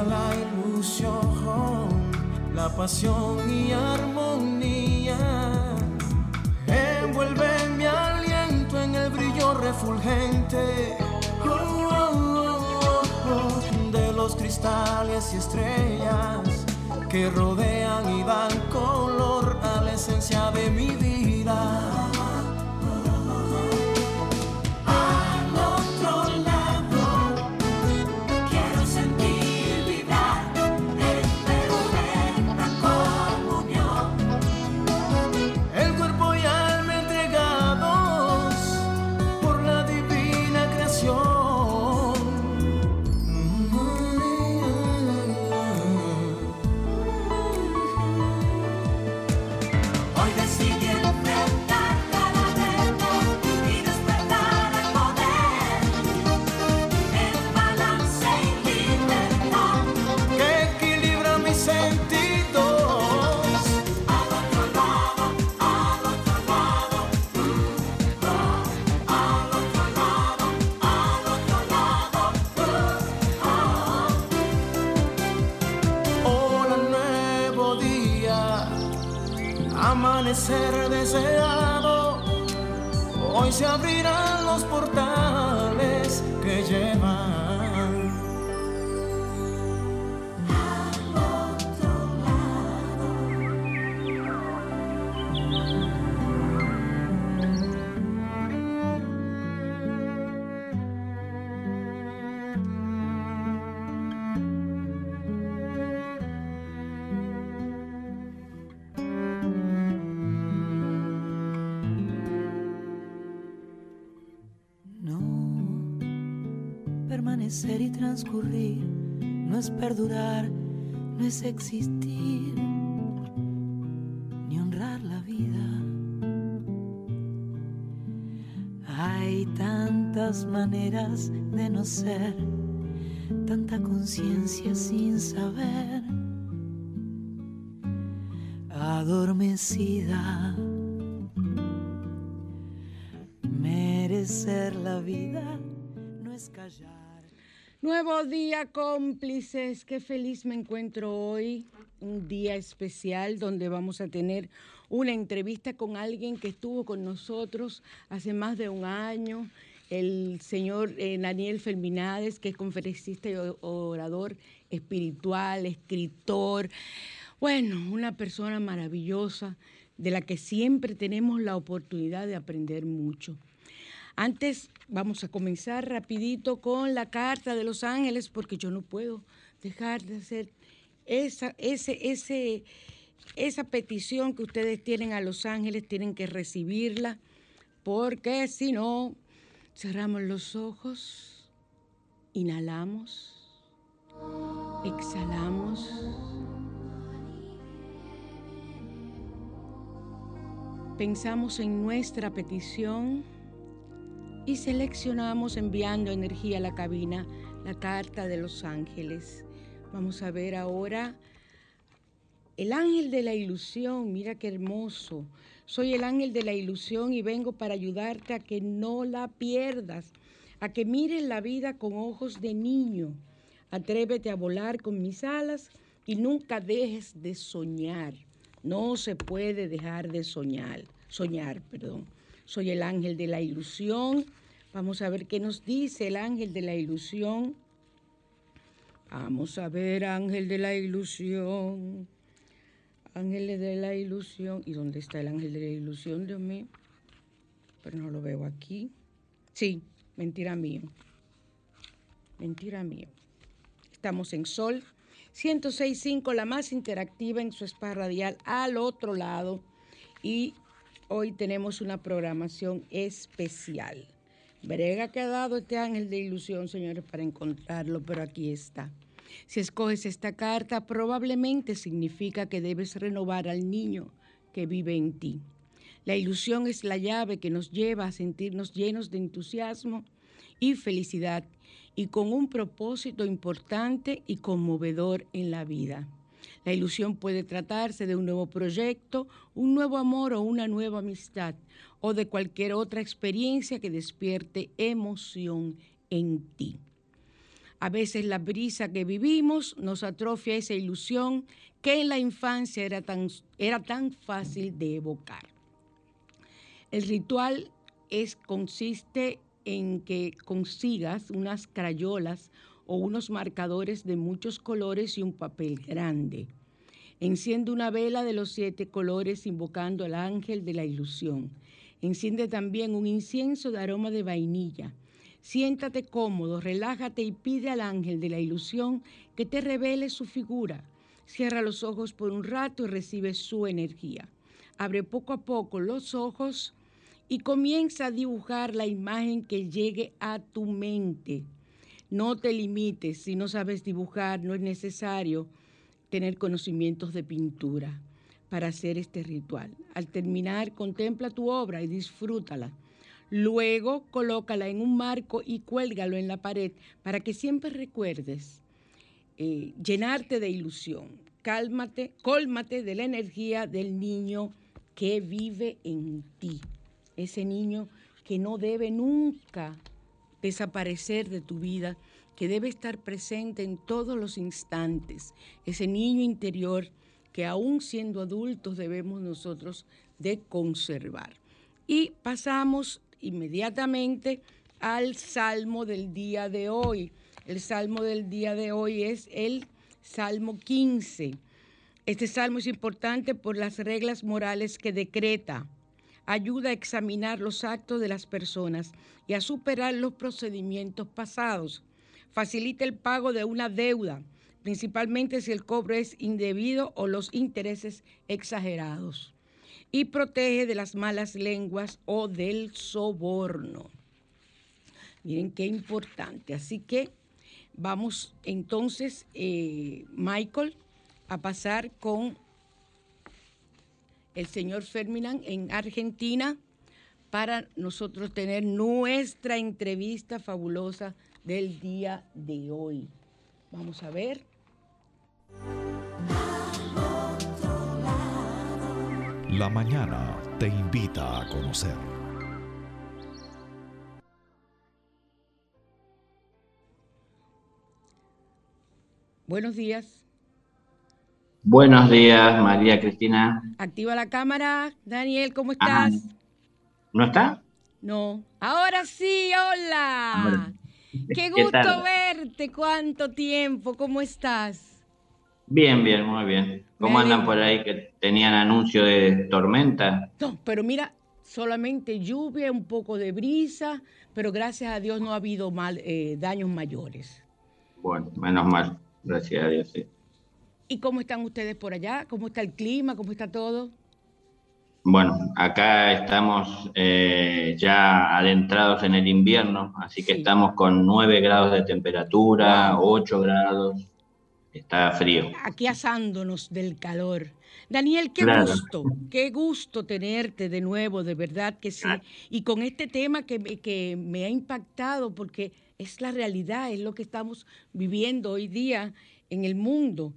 brilla la ilusión, la pasión y armonía. Envuelve mi aliento en el brillo refulgente de los cristales y estrellas que rodean y dan color a la esencia de mi vida. Amanecer deseado, hoy se abrirán los portales que llevan al otro lado. Permanecer y transcurrir no es perdurar, no es existir, ni honrar la vida. Hay tantas maneras de no ser, tanta conciencia sin saber, adormecida. Merecer la vida no es callar. Nuevo día, cómplices. Qué feliz me encuentro hoy. Un día especial donde vamos a tener una entrevista con alguien que estuvo con nosotros hace más de un año, el señor Daniel Ferminades, que es conferencista y orador espiritual, escritor. Bueno, una persona maravillosa de la que siempre tenemos la oportunidad de aprender mucho. Antes vamos a comenzar rapidito con la carta de los ángeles, porque yo no puedo dejar de hacer esa petición que ustedes tienen a los ángeles, tienen que recibirla, porque si no, cerramos los ojos, inhalamos, exhalamos. Pensamos en nuestra petición y seleccionamos enviando energía a la cabina, la carta de los ángeles. Vamos a ver ahora el ángel de la ilusión. Mira qué hermoso. Soy el ángel de la ilusión y vengo para ayudarte a que no la pierdas, a que mires la vida con ojos de niño. Atrévete a volar con mis alas y nunca dejes de soñar. No se puede dejar de soñar. Soy el ángel de la ilusión. Vamos a ver qué nos dice el ángel de la ilusión. Vamos a ver, ángel de la ilusión. Ángeles de la ilusión. ¿Y dónde está el ángel de la ilusión, Dios mío? Pero no lo veo aquí. Sí, mentira mío. Mentira mío. Estamos en Sol 106.5, la más interactiva en su spa radial al otro lado. Y hoy tenemos una programación especial. Brega que ha dado este ángel de ilusión, señores, para encontrarlo, pero aquí está. Si escoges esta carta, probablemente significa que debes renovar al niño que vive en ti. La ilusión es la llave que nos lleva a sentirnos llenos de entusiasmo y felicidad y con un propósito importante y conmovedor en la vida. La ilusión puede tratarse de un nuevo proyecto, un nuevo amor o una nueva amistad, o de cualquier otra experiencia que despierte emoción en ti. A veces la brisa que vivimos nos atrofia esa ilusión que en la infancia era tan fácil de evocar. El ritual consiste en que consigas unas crayolas o unos marcadores de muchos colores y un papel grande. Enciende una vela de los 7 colores invocando al ángel de la ilusión. Enciende también un incienso de aroma de vainilla. Siéntate cómodo, relájate y pide al ángel de la ilusión que te revele su figura. Cierra los ojos por un rato y recibe su energía. Abre poco a poco los ojos y comienza a dibujar la imagen que llegue a tu mente. No te limites, si no sabes dibujar, no es necesario tener conocimientos de pintura para hacer este ritual. Al terminar, contempla tu obra y disfrútala. Luego, colócala en un marco y cuélgalo en la pared para que siempre recuerdes llenarte de ilusión. Cólmate de la energía del niño que vive en ti. Ese niño que no debe nunca desaparecer de tu vida, que debe estar presente en todos los instantes. Ese niño interior que aún siendo adultos debemos nosotros de conservar. Y pasamos inmediatamente al Salmo del día de hoy. El Salmo del día de hoy es el Salmo 15. Este salmo es importante por las reglas morales que decreta. Ayuda a examinar los actos de las personas y a superar los procedimientos pasados. Facilita el pago de una deuda, principalmente si el cobro es indebido o los intereses exagerados. Y protege de las malas lenguas o del soborno. Miren qué importante. Así que vamos entonces, Michael, a pasar con el señor Ferdinand en Argentina para nosotros tener nuestra entrevista fabulosa del día de hoy. Vamos a ver. La mañana te invita a conocer. Buenos días. Buenos días, María Cristina. Activa la cámara. Daniel, ¿cómo estás? ¿No está? No. Ahora sí, hola. Ahora. Qué ¿Qué gusto tal? verte. ¿Cuánto tiempo? ¿Cómo estás? Bien, bien, muy bien. ¿Cómo andan por ahí que tenían anuncio de tormenta? No, pero mira, solamente lluvia, un poco de brisa, pero gracias a Dios no ha habido daños mayores. Bueno, menos mal, gracias a Dios, sí. ¿Y cómo están ustedes por allá? ¿Cómo está el clima? ¿Cómo está todo? Bueno, acá estamos ya adentrados en el invierno, así que Sí. estamos con 9 grados de temperatura, Wow. 8 grados, está frío. Aquí asándonos del calor. Daniel, Claro. qué gusto tenerte de nuevo, de verdad que sí. Y con este tema que me ha impactado porque es la realidad, es lo que estamos viviendo hoy día en el mundo.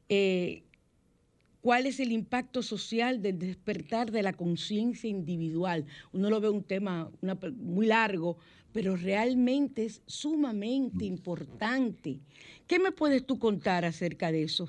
¿Cuál es el impacto social del despertar de la conciencia individual? Uno lo ve un tema muy largo, pero realmente es sumamente importante. ¿Qué me puedes tú contar acerca de eso?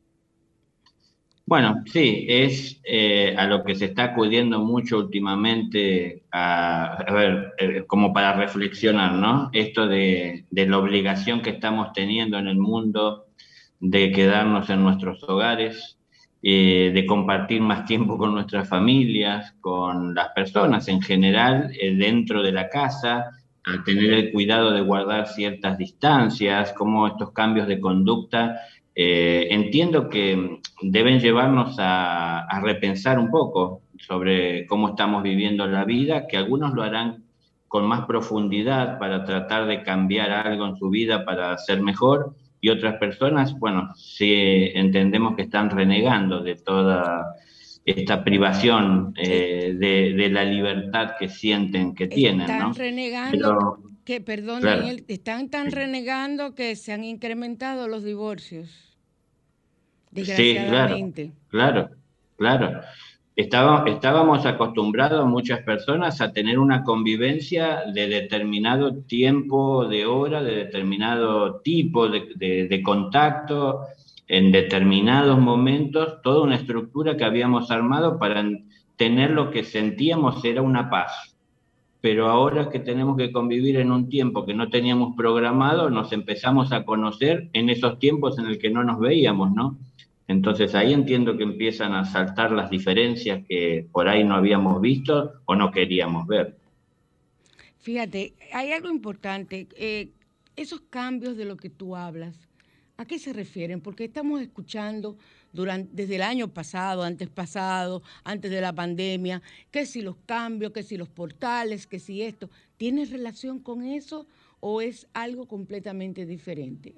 Bueno, sí, es a lo que se está acudiendo mucho últimamente, a ver, como para reflexionar, ¿no? Esto de la obligación que estamos teniendo en el mundo de quedarnos en nuestros hogares, de compartir más tiempo con nuestras familias, con las personas en general, dentro de la casa, a tener el cuidado de guardar ciertas distancias, como estos cambios de conducta. Entiendo que deben llevarnos a repensar un poco sobre cómo estamos viviendo la vida, que algunos lo harán con más profundidad para tratar de cambiar algo en su vida para ser mejor, y otras personas, bueno, sí entendemos que están renegando de toda esta privación de la libertad que sienten que tienen, ¿no? Están renegando, perdón, claro. Daniel, están tan renegando que se han incrementado los divorcios, desgraciadamente. Sí, claro. Estábamos acostumbrados muchas personas a tener una convivencia de determinado tiempo de hora, de determinado tipo de contacto, en determinados momentos, toda una estructura que habíamos armado para tener lo que sentíamos era una paz. Pero ahora que tenemos que convivir en un tiempo que no teníamos programado, nos empezamos a conocer en esos tiempos en el que no nos veíamos, ¿no? Entonces ahí entiendo que empiezan a saltar las diferencias que por ahí no habíamos visto o no queríamos ver. Fíjate, hay algo importante. Esos cambios de lo que tú hablas, ¿a qué se refieren? Porque estamos escuchando desde el año pasado, antes de la pandemia, que si los cambios, que si los portales, que si esto. ¿Tiene relación con eso o es algo completamente diferente?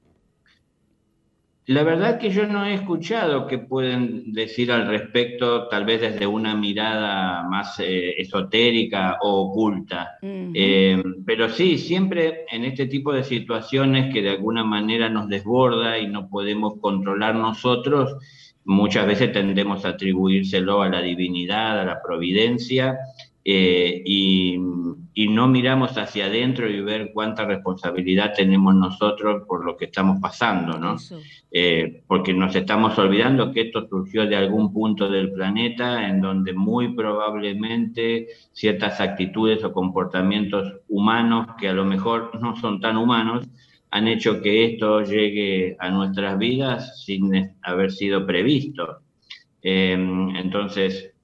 La verdad que yo no he escuchado qué pueden decir al respecto, tal vez desde una mirada más esotérica o oculta. Pero sí, siempre en este tipo de situaciones que de alguna manera nos desborda y no podemos controlar nosotros, muchas veces tendemos a atribuírselo a la divinidad, a la providencia, y no miramos hacia adentro y ver cuánta responsabilidad tenemos nosotros por lo que estamos pasando, ¿no? Porque nos estamos olvidando que esto surgió de algún punto del planeta en donde muy probablemente ciertas actitudes o comportamientos humanos que a lo mejor no son tan humanos han hecho que esto llegue a nuestras vidas sin haber sido previsto. Entonces,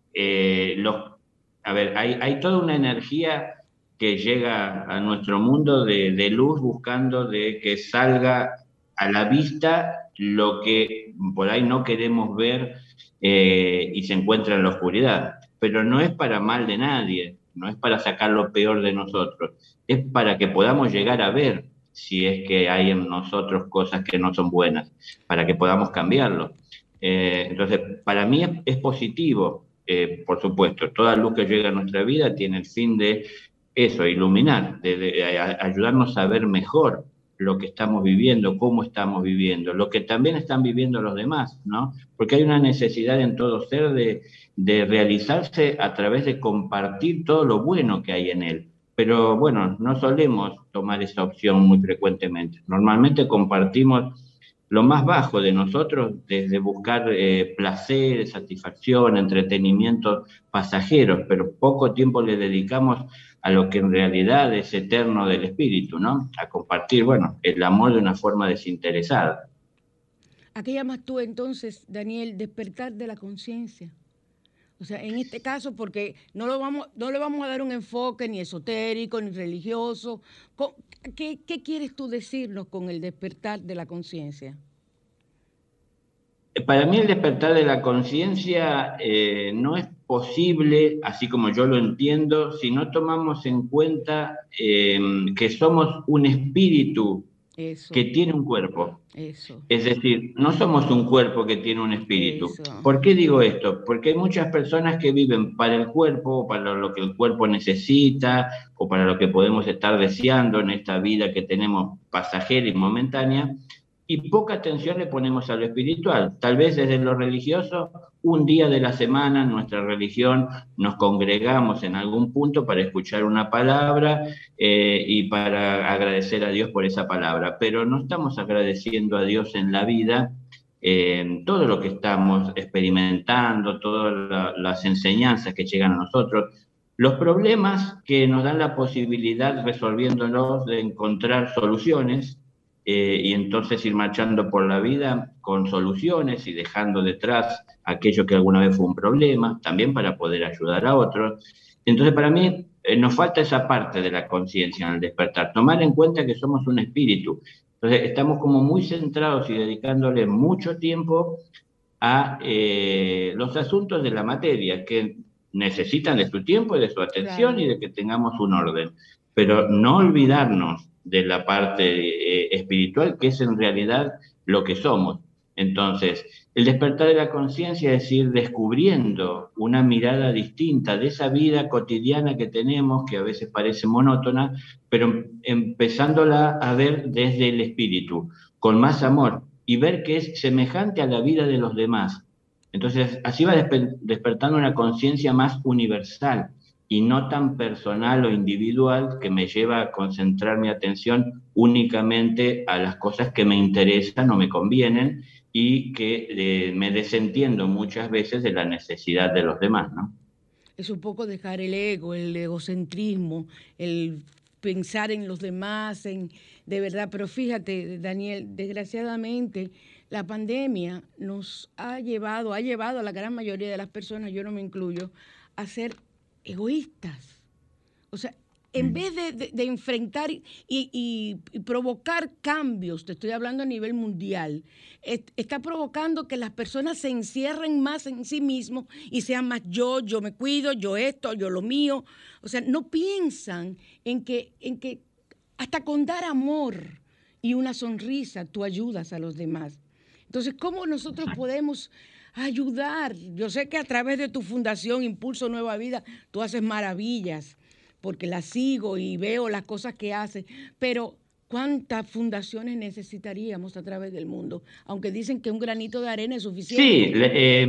hay toda una energía que llega a nuestro mundo de luz buscando de que salga a la vista lo que por ahí no queremos ver y se encuentra en la oscuridad. Pero no es para mal de nadie, no es para sacar lo peor de nosotros, es para que podamos llegar a ver si es que hay en nosotros cosas que no son buenas, para que podamos cambiarlo. Entonces, para mí es positivo. Por supuesto, toda luz que llega a nuestra vida tiene el fin de eso, iluminar, de ayudarnos a ver mejor lo que estamos viviendo, cómo estamos viviendo, lo que también están viviendo los demás, ¿no? Porque hay una necesidad en todo ser de realizarse a través de compartir todo lo bueno que hay en él. Pero bueno, no solemos tomar esa opción muy frecuentemente. Normalmente compartimos lo más bajo de nosotros, desde buscar placer, satisfacción, entretenimientos pasajeros, pero poco tiempo le dedicamos a lo que en realidad es eterno del espíritu, ¿no? A compartir, bueno, el amor de una forma desinteresada. ¿A qué llamas tú entonces, Daniel, despertar de la conciencia? O sea, en este caso, porque no le vamos a dar un enfoque ni esotérico, ni religioso. ¿Qué quieres tú decirnos con el despertar de la conciencia? Para mí el despertar de la conciencia no es posible, así como yo lo entiendo, si no tomamos en cuenta que somos un espíritu que tiene un cuerpo. Es decir, no somos un cuerpo que tiene un espíritu. ¿Por qué digo esto? Porque hay muchas personas que viven para el cuerpo, o para lo que el cuerpo necesita, o para lo que podemos estar deseando en esta vida que tenemos pasajera y momentánea, y poca atención le ponemos a lo espiritual. Tal vez desde lo religioso, un día de la semana en nuestra religión nos congregamos en algún punto para escuchar una palabra y para agradecer a Dios por esa palabra, pero no estamos agradeciendo a Dios en la vida todo lo que estamos experimentando, todas las enseñanzas que llegan a nosotros, los problemas que nos dan la posibilidad, resolviéndolos, de encontrar soluciones, y entonces ir marchando por la vida con soluciones y dejando detrás aquello que alguna vez fue un problema, también para poder ayudar a otros. Entonces, para mí, nos falta esa parte de la conciencia en el despertar, tomar en cuenta que somos un espíritu. Entonces, estamos como muy centrados y dedicándole mucho tiempo a los asuntos de la materia, que necesitan de su tiempo y de su atención, claro, y de que tengamos un orden. Pero no olvidarnos de la parte espiritual, que es en realidad lo que somos. Entonces, el despertar de la conciencia es ir descubriendo una mirada distinta de esa vida cotidiana que tenemos, que a veces parece monótona, pero empezándola a ver desde el espíritu, con más amor, y ver que es semejante a la vida de los demás. Entonces, así va despertando una conciencia más universal y no tan personal o individual que me lleva a concentrar mi atención únicamente a las cosas que me interesan o me convienen y que me desentiendo muchas veces de la necesidad de los demás, ¿no? Es un poco dejar el ego, el egocentrismo, el pensar en los demás, de verdad. Pero fíjate, Daniel, desgraciadamente la pandemia nos ha llevado a la gran mayoría de las personas, yo no me incluyo, a ser egoístas. O sea, en vez de enfrentar y provocar cambios, te estoy hablando a nivel mundial, está provocando que las personas se encierren más en sí mismos y sean más yo me cuido, yo esto, yo lo mío. O sea, no piensan en que hasta con dar amor y una sonrisa tú ayudas a los demás. Entonces, ¿cómo nosotros podemos ayudar? Yo sé que a través de tu fundación Impulso Nueva Vida tú haces maravillas, porque la sigo y veo las cosas que hace, pero ¿cuántas fundaciones necesitaríamos a través del mundo? Aunque dicen que un granito de arena es suficiente.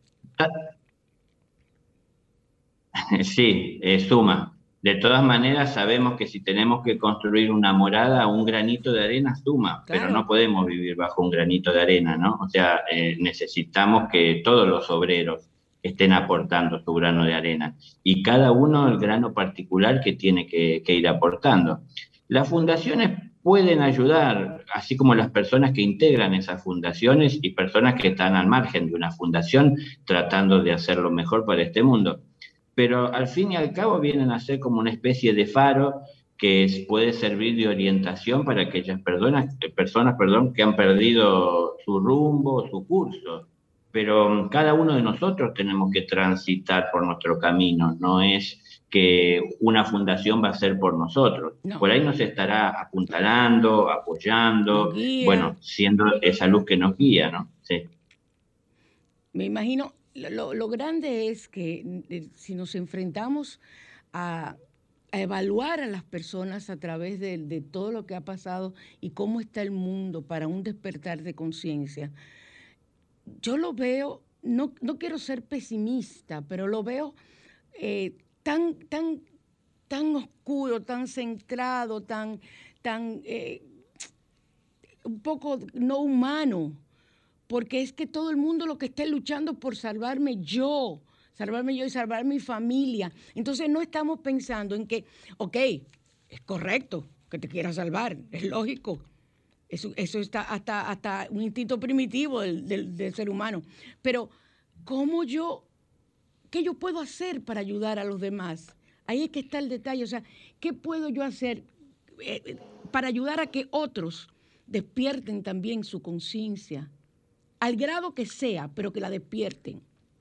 Sí, sí, suma. De todas maneras, sabemos que si tenemos que construir una morada, un granito de arena suma, Claro. Pero no podemos vivir bajo un granito de arena, ¿no? O sea, necesitamos que todos los obreros estén aportando su grano de arena y cada uno el grano particular que tiene que ir aportando. Las fundaciones pueden ayudar, así como las personas que integran esas fundaciones y personas que están al margen de una fundación tratando de hacer lo mejor para este mundo. Pero al fin y al cabo vienen a ser como una especie de faro que puede servir de orientación para aquellas personas que han perdido su rumbo, su curso. Pero cada uno de nosotros tenemos que transitar por nuestro camino, no es que una fundación va a ser por nosotros. No. Por ahí nos estará apuntalando, apoyando, bueno, siendo esa luz que nos guía, ¿no? Sí. Me imagino, lo grande es que si nos enfrentamos a evaluar a las personas a través de todo lo que ha pasado y cómo está el mundo para un despertar de conciencia, yo lo veo, no quiero ser pesimista, pero lo veo tan oscuro, tan centrado, un poco no humano, porque es que todo el mundo lo que está luchando por salvarme yo y salvar mi familia. Entonces no estamos pensando en que, ok, es correcto que te quieras salvar, es lógico. Eso está hasta un instinto primitivo del ser humano. Pero ¿qué yo puedo hacer para ayudar a los demás? Ahí es que está el detalle. O sea, ¿qué puedo yo hacer para ayudar a que otros despierten también su conciencia? Al grado que sea, pero que la despierten.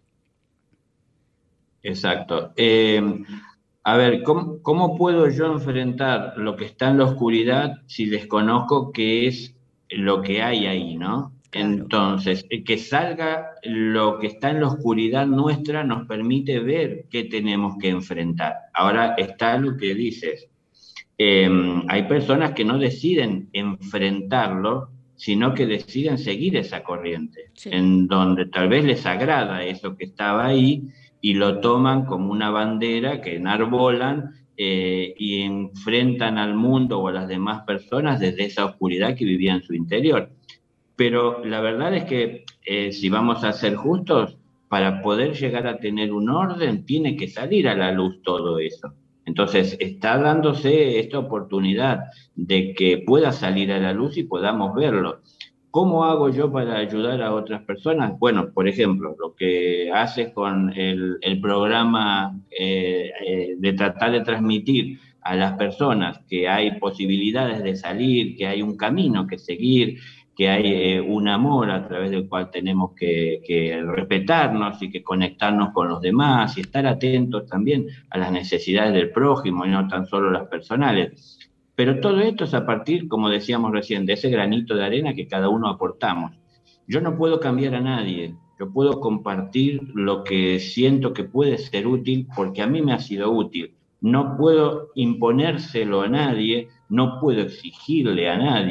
Exacto. A ver, ¿cómo puedo yo enfrentar lo que está en la oscuridad si desconozco qué es lo que hay ahí, ¿no? Claro. Entonces, que salga lo que está en la oscuridad nuestra nos permite ver qué tenemos que enfrentar. Ahora está lo que dices. Hay personas que no deciden enfrentarlo, sino que deciden seguir esa corriente, sí, en donde tal vez les agrada eso que estaba ahí, y lo toman como una bandera que enarbolan y enfrentan al mundo o a las demás personas desde esa oscuridad que vivía en su interior. Pero la verdad es que, si vamos a ser justos, para poder llegar a tener un orden, tiene que salir a la luz todo eso. Entonces, está dándose esta oportunidad de que pueda salir a la luz y podamos verlo. ¿Cómo hago yo para ayudar a otras personas? Bueno, por ejemplo, lo que haces con el programa de tratar de transmitir a las personas que hay posibilidades de salir, que hay un camino que seguir, que hay un amor a través del cual tenemos que respetarnos y que conectarnos con los demás y estar atentos también a las necesidades del prójimo y no tan solo las personales. Pero todo esto es a partir, como decíamos recién, de ese granito de arena que cada uno aportamos. Yo no puedo cambiar a nadie, yo puedo compartir lo que siento que puede ser útil porque a mí me ha sido útil. No puedo imponérselo a nadie, no puedo exigirle a nadie,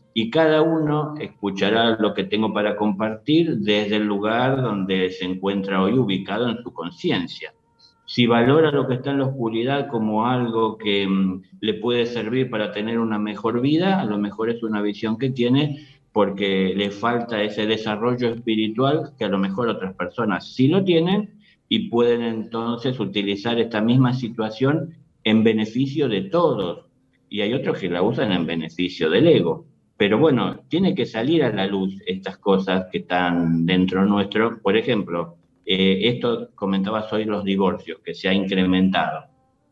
y cada uno escuchará lo que tengo para compartir desde el lugar donde se encuentra hoy ubicado en su conciencia. Si valora lo que está en la oscuridad como algo que le puede servir para tener una mejor vida, a lo mejor es una visión que tiene porque le falta ese desarrollo espiritual que a lo mejor otras personas sí lo tienen y pueden entonces utilizar esta misma situación en beneficio de todos. Y hay otros que la usan en beneficio del ego. Pero bueno, tiene que salir a la luz estas cosas que están dentro nuestro. Por ejemplo, esto comentabas hoy, los divorcios, que se ha incrementado.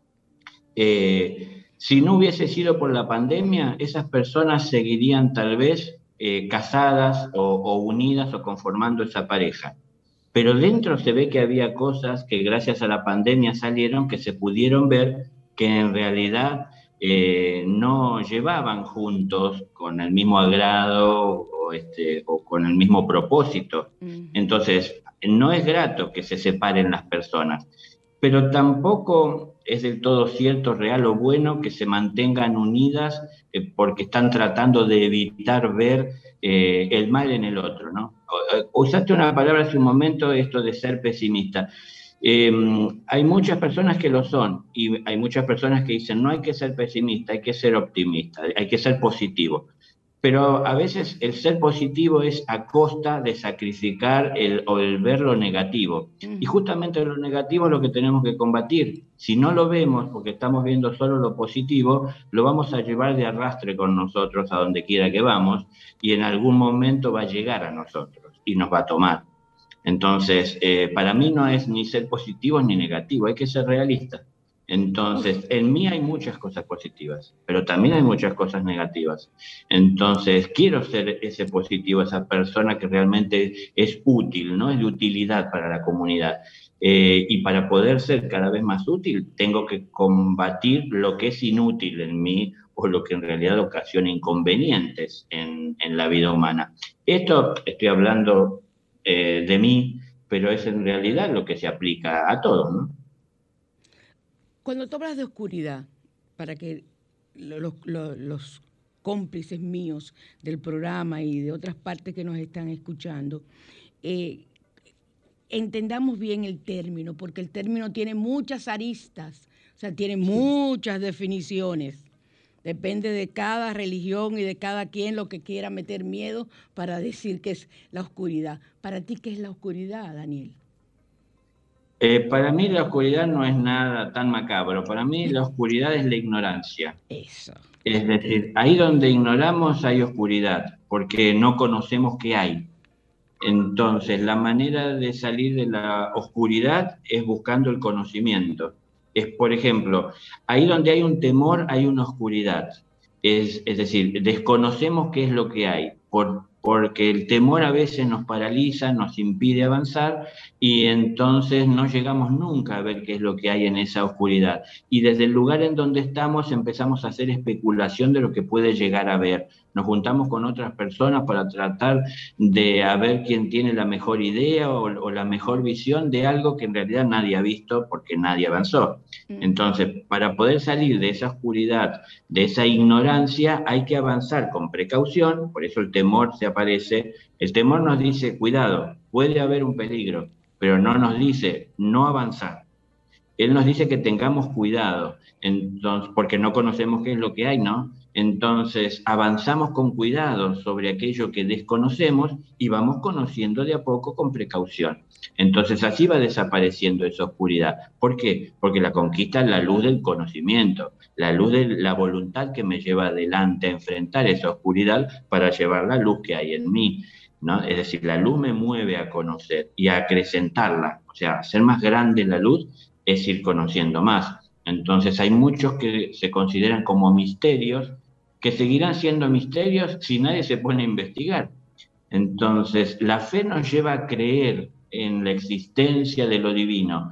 Si no hubiese sido por la pandemia, esas personas seguirían tal vez casadas o unidas o conformando esa pareja. Pero dentro se ve que había cosas que gracias a la pandemia salieron, que se pudieron ver que en realidad no llevaban juntos con el mismo agrado o con el mismo propósito. Entonces, no es grato que se separen las personas, pero tampoco es del todo cierto, real o bueno que se mantengan unidas porque están tratando de evitar ver el mal en el otro, ¿no? Usaste una palabra hace un momento, esto de ser pesimista. Hay muchas personas que lo son y hay muchas personas que dicen no hay que ser pesimista, hay que ser optimista, hay que ser positivo. Pero a veces el ser positivo es a costa de sacrificar el ver lo negativo. Y justamente lo negativo es lo que tenemos que combatir. Si no lo vemos porque estamos viendo solo lo positivo, lo vamos a llevar de arrastre con nosotros a donde quiera que vamos y en algún momento va a llegar a nosotros y nos va a tomar. Entonces, para mí no es ni ser positivo ni negativo, hay que ser realista. Entonces, en mí hay muchas cosas positivas, pero también hay muchas cosas negativas. Entonces, quiero ser ese positivo, esa persona que realmente es útil, ¿no? Es de utilidad para la comunidad. Y para poder ser cada vez más útil, tengo que combatir lo que es inútil en mí o lo que en realidad ocasiona inconvenientes en la vida humana. Esto estoy hablando de mí, pero es en realidad lo que se aplica a todos, ¿no? Cuando tú hablas de oscuridad, para que los cómplices míos del programa y de otras partes que nos están escuchando, entendamos bien el término, porque el término tiene muchas aristas, o sea, tiene muchas definiciones. Depende de cada religión y de cada quien lo que quiera meter miedo para decir que es la oscuridad. Para ti, ¿qué es la oscuridad, Daniel? Para mí la oscuridad no es nada tan macabro. Para mí la oscuridad es la ignorancia. Eso. Es decir, ahí donde ignoramos hay oscuridad, porque no conocemos qué hay. Entonces, la manera de salir de la oscuridad es buscando el conocimiento. Es, por ejemplo, ahí donde hay un temor hay una oscuridad. Es decir, desconocemos qué es lo que hay, porque el temor a veces nos paraliza, nos impide avanzar y entonces no llegamos nunca a ver qué es lo que hay en esa oscuridad. Y desde el lugar en donde estamos empezamos a hacer especulación de lo que puede llegar a ver. Nos juntamos con otras personas para tratar de a ver quién tiene la mejor idea o la mejor visión de algo que en realidad nadie ha visto porque nadie avanzó. Entonces, para poder salir de esa oscuridad, de esa ignorancia, hay que avanzar con precaución, por eso el temor se aparece. El temor nos dice, cuidado, puede haber un peligro, pero no nos dice no avanzar. Él nos dice que tengamos cuidado, entonces, porque no conocemos qué es lo que hay, ¿no? Entonces avanzamos con cuidado sobre aquello que desconocemos y vamos conociendo de a poco con precaución. Entonces así va desapareciendo esa oscuridad. ¿Por qué? Porque la conquista es la luz del conocimiento, la luz de la voluntad que me lleva adelante a enfrentar esa oscuridad para llevar la luz que hay en mí, ¿no? Es decir, la luz me mueve a conocer y a acrecentarla, o sea, hacer más grande la luz es ir conociendo más. Entonces hay muchos que se consideran como misterios, que seguirán siendo misterios si nadie se pone a investigar. Entonces, la fe nos lleva a creer en la existencia de lo divino,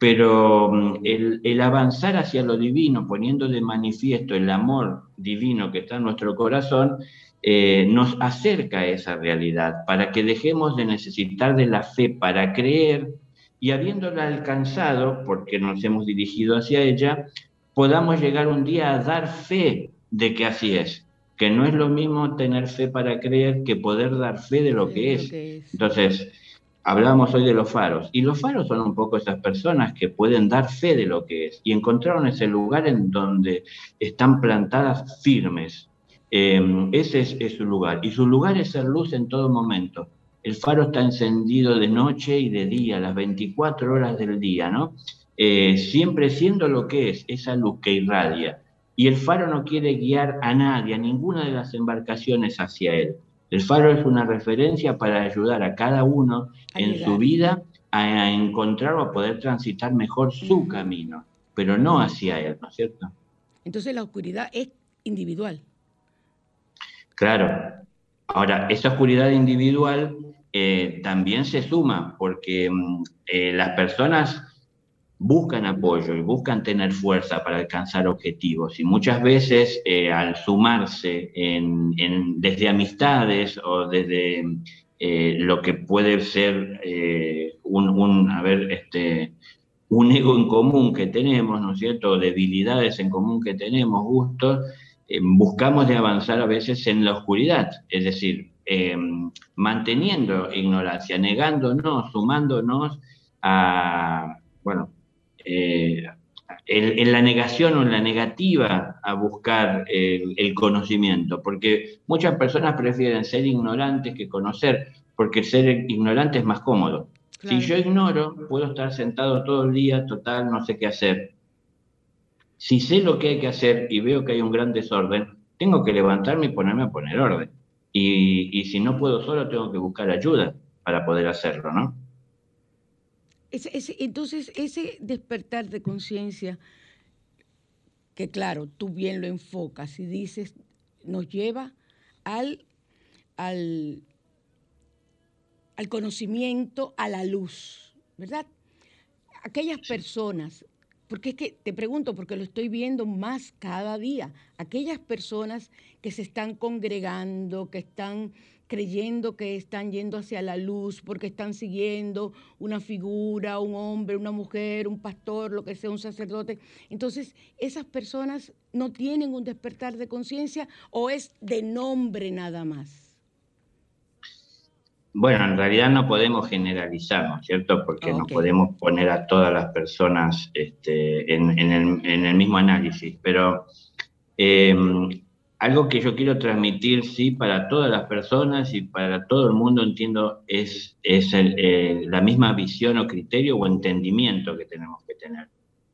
pero el avanzar hacia lo divino, poniendo de manifiesto el amor divino que está en nuestro corazón, nos acerca a esa realidad, para que dejemos de necesitar de la fe para creer, y habiéndola alcanzado, porque nos hemos dirigido hacia ella, podamos llegar un día a dar fe de que así es. que no es lo mismo tener fe para creer que poder dar fe de lo que es. Entonces, hablábamos hoy de los faros, y los faros son un poco esas personas que pueden dar fe de lo que es, y encontraron ese lugar en donde están plantadas firmes. Ese es su lugar, y su lugar es ser luz en todo momento. El faro está encendido de noche y de día, las 24 horas del día, ¿no? Siempre siendo lo que es, esa luz que irradia. Y el faro no quiere guiar a nadie, a ninguna de las embarcaciones hacia él. El faro es una referencia para ayudar a cada uno en su vida a encontrar o a poder transitar mejor su camino, pero no hacia él, ¿no es cierto? Entonces la oscuridad es individual. Claro. Ahora, esa oscuridad individual también se suma porque las personas buscan apoyo y buscan tener fuerza para alcanzar objetivos, y muchas veces al sumarse desde amistades o desde lo que puede ser un ego en común que tenemos, ¿no es cierto?, debilidades en común que tenemos, gustos, buscamos de avanzar a veces en la oscuridad, es decir, manteniendo ignorancia, negándonos, sumándonos a, bueno, en la negación o en la negativa a buscar el conocimiento, porque muchas personas prefieren ser ignorantes que conocer, porque ser ignorante es más cómodo. Claro. Si yo ignoro, puedo estar sentado todo el día, total, no sé qué hacer. Si sé lo que hay que hacer y veo que hay un gran desorden, tengo que levantarme y ponerme a poner orden. Y si no puedo solo, tengo que buscar ayuda para poder hacerlo, ¿no? Entonces, ese despertar de conciencia, que claro, tú bien lo enfocas y dices, nos lleva al conocimiento, a la luz, ¿verdad? Aquellas personas, porque es que te pregunto, porque lo estoy viendo más cada día, aquellas personas que se están congregando, que están creyendo que están yendo hacia la luz, porque están siguiendo una figura, un hombre, una mujer, un pastor, lo que sea, un sacerdote. Entonces, ¿esas personas no tienen un despertar de conciencia o es de nombre nada más? Bueno, en realidad no podemos generalizar, ¿no es cierto? Porque no podemos poner a todas las personas en el mismo análisis, pero algo que yo quiero transmitir, sí, para todas las personas y para todo el mundo, entiendo, es la misma visión o criterio o entendimiento que tenemos que tener.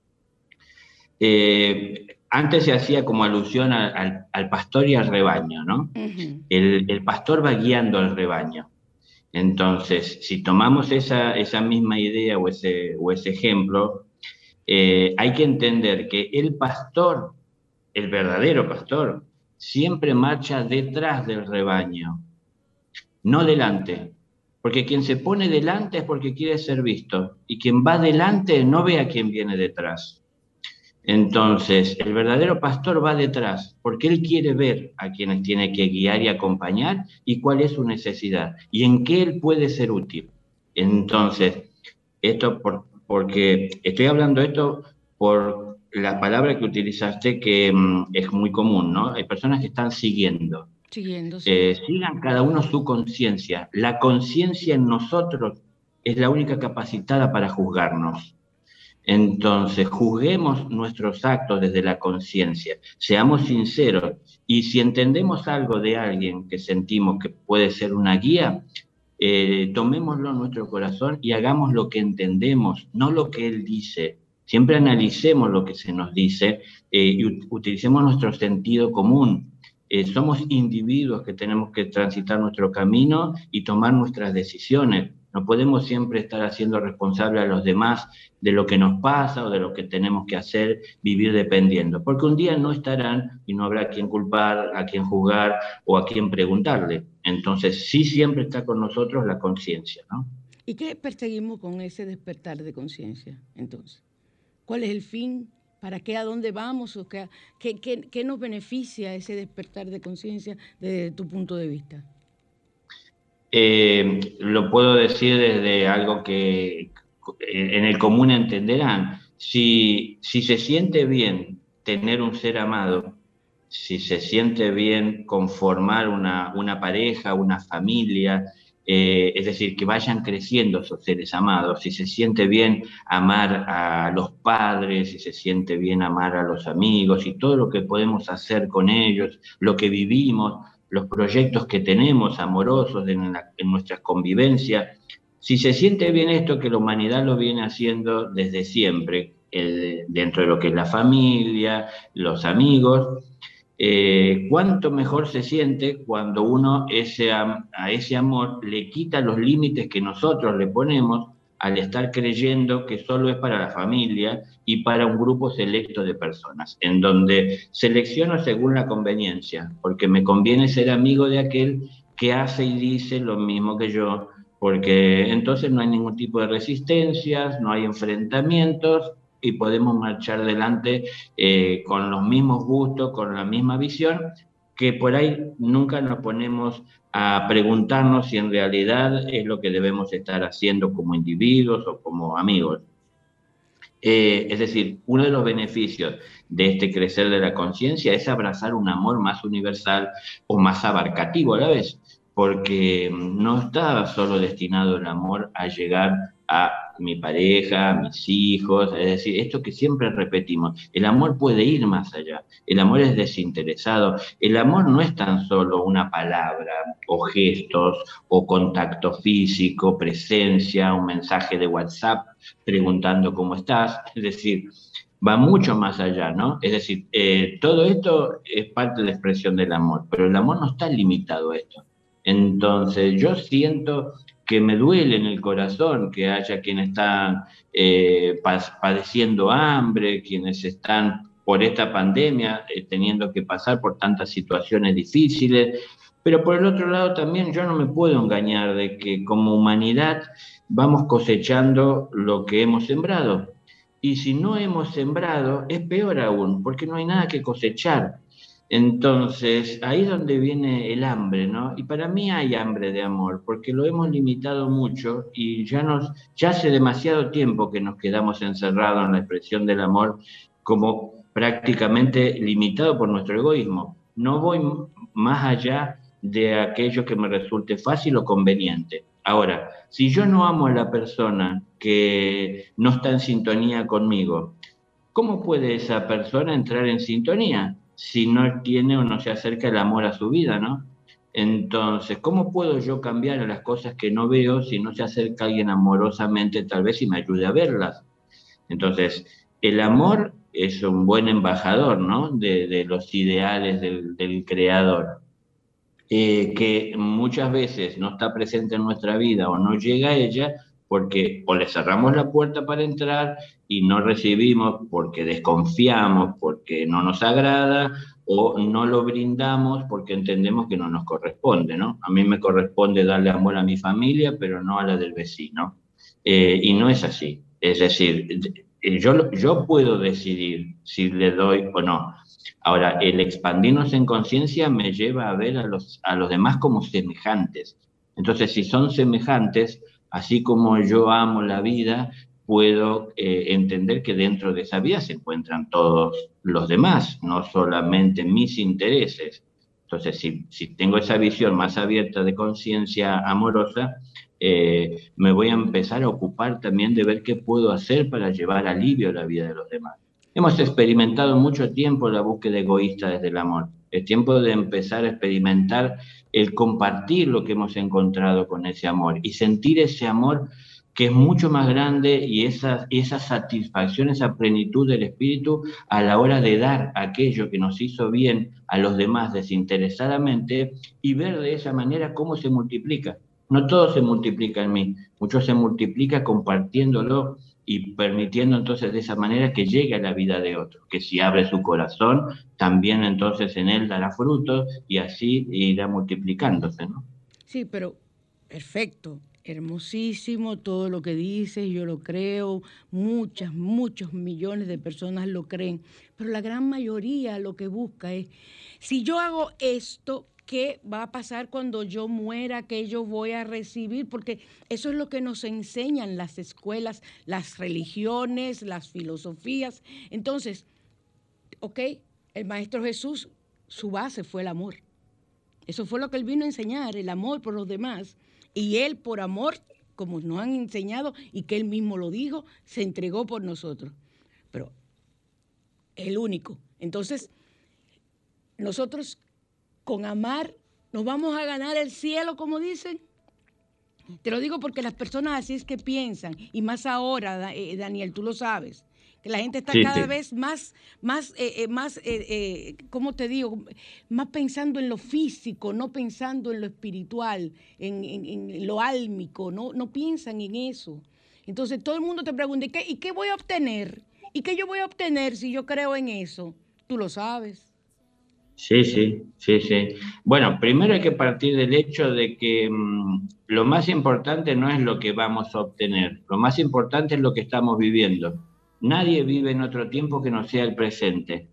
Antes se hacía como alusión al pastor y al rebaño, ¿no? Uh-huh. El pastor va guiando al rebaño. Entonces, si tomamos esa misma idea o ese ejemplo, hay que entender que el pastor, el verdadero pastor, siempre marcha detrás del rebaño, no delante. Porque quien se pone delante es porque quiere ser visto, y quien va delante no ve a quien viene detrás. Entonces, el verdadero pastor va detrás, porque él quiere ver a quienes tiene que guiar y acompañar y cuál es su necesidad y en qué él puede ser útil. Entonces, esto porque estoy hablando esto por la palabra que utilizaste, que es muy común, ¿no? Hay personas que están siguiendo. Siguiendo, sí. Sigan cada uno su conciencia. La conciencia en nosotros es la única capacitada para juzgarnos. Entonces, juzguemos nuestros actos desde la conciencia, seamos sinceros, y si entendemos algo de alguien que sentimos que puede ser una guía, tomémoslo en nuestro corazón y hagamos lo que entendemos, no lo que él dice. Siempre analicemos lo que se nos dice y utilicemos nuestro sentido común. Somos individuos que tenemos que transitar nuestro camino y tomar nuestras decisiones. No podemos siempre estar haciendo responsable a los demás de lo que nos pasa o de lo que tenemos que hacer, vivir dependiendo. Porque un día no estarán y no habrá a quién culpar, a quién juzgar o a quién preguntarle. Entonces, sí siempre está con nosotros la conciencia, ¿no? ¿Y qué perseguimos con ese despertar de conciencia, entonces? ¿Cuál es el fin? ¿Para qué? ¿A dónde vamos? ¿O qué nos beneficia ese despertar de conciencia desde tu punto de vista? Lo puedo decir desde algo que en el común entenderán. Si se siente bien tener un ser amado, si se siente bien conformar una pareja, una familia, es decir, que vayan creciendo esos seres amados, si se siente bien amar a los padres, si se siente bien amar a los amigos y todo lo que podemos hacer con ellos, lo que vivimos, los proyectos que tenemos amorosos en nuestra convivencia, si se siente bien esto que la humanidad lo viene haciendo desde siempre, dentro de lo que es la familia, los amigos, cuánto mejor se siente cuando uno a ese amor le quita los límites que nosotros le ponemos al estar creyendo que solo es para la familia y para un grupo selecto de personas, en donde selecciono según la conveniencia, porque me conviene ser amigo de aquel que hace y dice lo mismo que yo, porque entonces no hay ningún tipo de resistencias, no hay enfrentamientos y podemos marchar adelante con los mismos gustos, con la misma visión, que por ahí nunca nos ponemos a preguntarnos si en realidad es lo que debemos estar haciendo como individuos o como amigos. Es decir, uno de los beneficios de este crecer de la conciencia es abrazar un amor más universal o más abarcativo a la vez, porque no está solo destinado el amor a llegar a mi pareja, a mis hijos, es decir, esto que siempre repetimos, el amor puede ir más allá, el amor es desinteresado, el amor no es tan solo una palabra o gestos o contacto físico, presencia, un mensaje de WhatsApp preguntando cómo estás, es decir, va mucho más allá, ¿no? Es decir, todo esto es parte de la expresión del amor, pero el amor no está limitado a esto. Entonces, yo siento que me duele en el corazón que haya quienes están padeciendo hambre, quienes están por esta pandemia teniendo que pasar por tantas situaciones difíciles, pero por el otro lado también yo no me puedo engañar de que como humanidad vamos cosechando lo que hemos sembrado. Y si no hemos sembrado, es peor aún, porque no hay nada que cosechar. Entonces, ahí es donde viene el hambre, ¿no? Y para mí hay hambre de amor, porque lo hemos limitado mucho y ya hace demasiado tiempo que nos quedamos encerrados en la expresión del amor como prácticamente limitado por nuestro egoísmo. No voy más allá de aquello que me resulte fácil o conveniente. Ahora, si yo no amo a la persona que no está en sintonía conmigo, ¿cómo puede esa persona entrar en sintonía si no tiene o no se acerca el amor a su vida, ¿no? Entonces, ¿cómo puedo yo cambiar a las cosas que no veo si no se acerca alguien amorosamente tal vez y me ayude a verlas? Entonces, el amor es un buen embajador, ¿no? De los ideales del creador. Que muchas veces no está presente en nuestra vida o no llega a ella porque o le cerramos la puerta para entrar y no recibimos porque desconfiamos, porque no nos agrada o no lo brindamos porque entendemos que no nos corresponde, ¿no? A mí me corresponde darle amor a mi familia, pero no a la del vecino. Y no es así. Es decir, yo puedo decidir si le doy o no. Ahora, el expandirnos en conciencia me lleva a ver a los demás como semejantes. Entonces, si son semejantes, así como yo amo la vida, puedo entender que dentro de esa vida se encuentran todos los demás, no solamente mis intereses. Entonces, si tengo esa visión más abierta de conciencia amorosa, me voy a empezar a ocupar también de ver qué puedo hacer para llevar alivio a la vida de los demás. Hemos experimentado mucho tiempo la búsqueda egoísta desde el amor. Es tiempo de empezar a experimentar el compartir lo que hemos encontrado con ese amor y sentir ese amor que es mucho más grande y esa satisfacción, esa plenitud del espíritu a la hora de dar aquello que nos hizo bien a los demás desinteresadamente y ver de esa manera cómo se multiplica. No todo se multiplica en mí, mucho se multiplica compartiéndolo y permitiendo entonces de esa manera que llegue a la vida de otro, que si abre su corazón, también entonces en él dará frutos y así irá multiplicándose, ¿no? Sí, pero perfecto, hermosísimo todo lo que dices, yo lo creo, muchos millones de personas lo creen, pero la gran mayoría lo que busca es, si yo hago esto, ¿qué va a pasar cuando yo muera? ¿Qué yo voy a recibir? Porque eso es lo que nos enseñan las escuelas, las religiones, las filosofías. Entonces, ok, el Maestro Jesús su base fue el amor. Eso fue lo que él vino a enseñar, el amor por los demás. Y él, por amor, como nos han enseñado y que él mismo lo dijo, se entregó por nosotros. Pero el único. Entonces, nosotros con amar nos vamos a ganar el cielo, como dicen. Te lo digo porque las personas así es que piensan, y más ahora, Daniel, tú lo sabes, que la gente está cada vez más, ¿cómo te digo? Más pensando en lo físico, no pensando en lo espiritual, en lo álmico, no piensan en eso. Entonces todo el mundo te pregunta, ¿y qué voy a obtener? ¿Y qué yo voy a obtener si yo creo en eso? Tú lo sabes. Sí. Bueno, primero hay que partir del hecho de que lo más importante no es lo que vamos a obtener, lo más importante es lo que estamos viviendo. Nadie vive en otro tiempo que no sea el presente.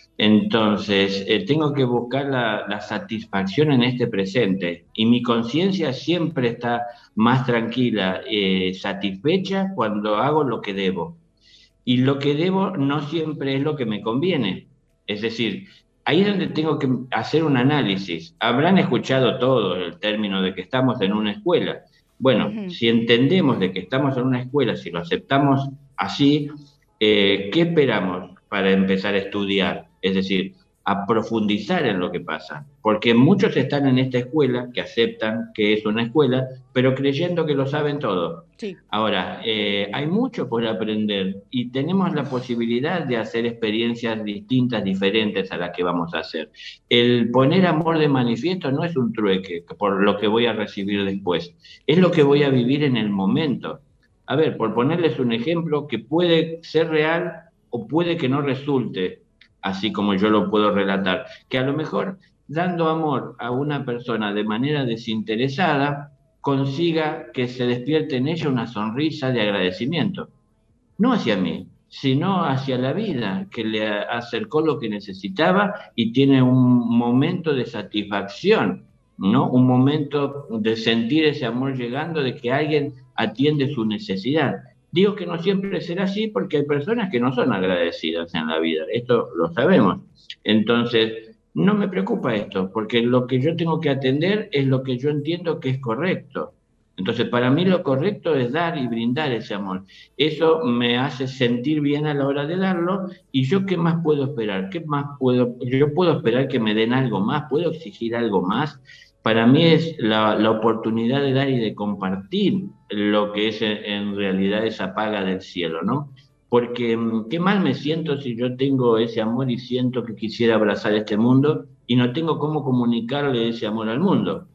Entonces, tengo que buscar la satisfacción en este presente y mi conciencia siempre está más tranquila, satisfecha cuando hago lo que debo. Y lo que debo no siempre es lo que me conviene. Es decir, ahí es donde tengo que hacer un análisis. Habrán escuchado todo el término de que estamos en una escuela. Bueno, si entendemos de que estamos en una escuela, si lo aceptamos así, ¿qué esperamos para empezar a estudiar? Es decir, a profundizar en lo que pasa. Porque muchos están en esta escuela, que aceptan que es una escuela, pero creyendo que lo saben todo. Sí. Ahora, hay mucho por aprender y tenemos la posibilidad de hacer experiencias distintas, diferentes a las que vamos a hacer. El poner amor de manifiesto no es un trueque por lo que voy a recibir después, es lo que voy a vivir en el momento. A ver, por ponerles un ejemplo que puede ser real o puede que no resulte, así como yo lo puedo relatar, que a lo mejor dando amor a una persona de manera desinteresada, consiga que se despierte en ella una sonrisa de agradecimiento. No hacia mí, sino hacia la vida, que le acercó lo que necesitaba y tiene un momento de satisfacción, ¿no? Un momento de sentir ese amor llegando, de que alguien atiende su necesidad. Digo que no siempre será así porque hay personas que no son agradecidas en la vida, esto lo sabemos. Entonces, no me preocupa esto, porque lo que yo tengo que atender es lo que yo entiendo que es correcto. Entonces, para mí lo correcto es dar y brindar ese amor. Eso me hace sentir bien a la hora de darlo, y yo ¿qué más puedo esperar? ¿Qué más puedo? Yo puedo esperar que me den algo más, puedo exigir algo más. Para mí es la oportunidad de dar y de compartir lo que es en realidad esa paga del cielo, ¿no? Porque qué mal me siento si yo tengo ese amor y siento que quisiera abrazar este mundo y no tengo cómo comunicarle ese amor al mundo.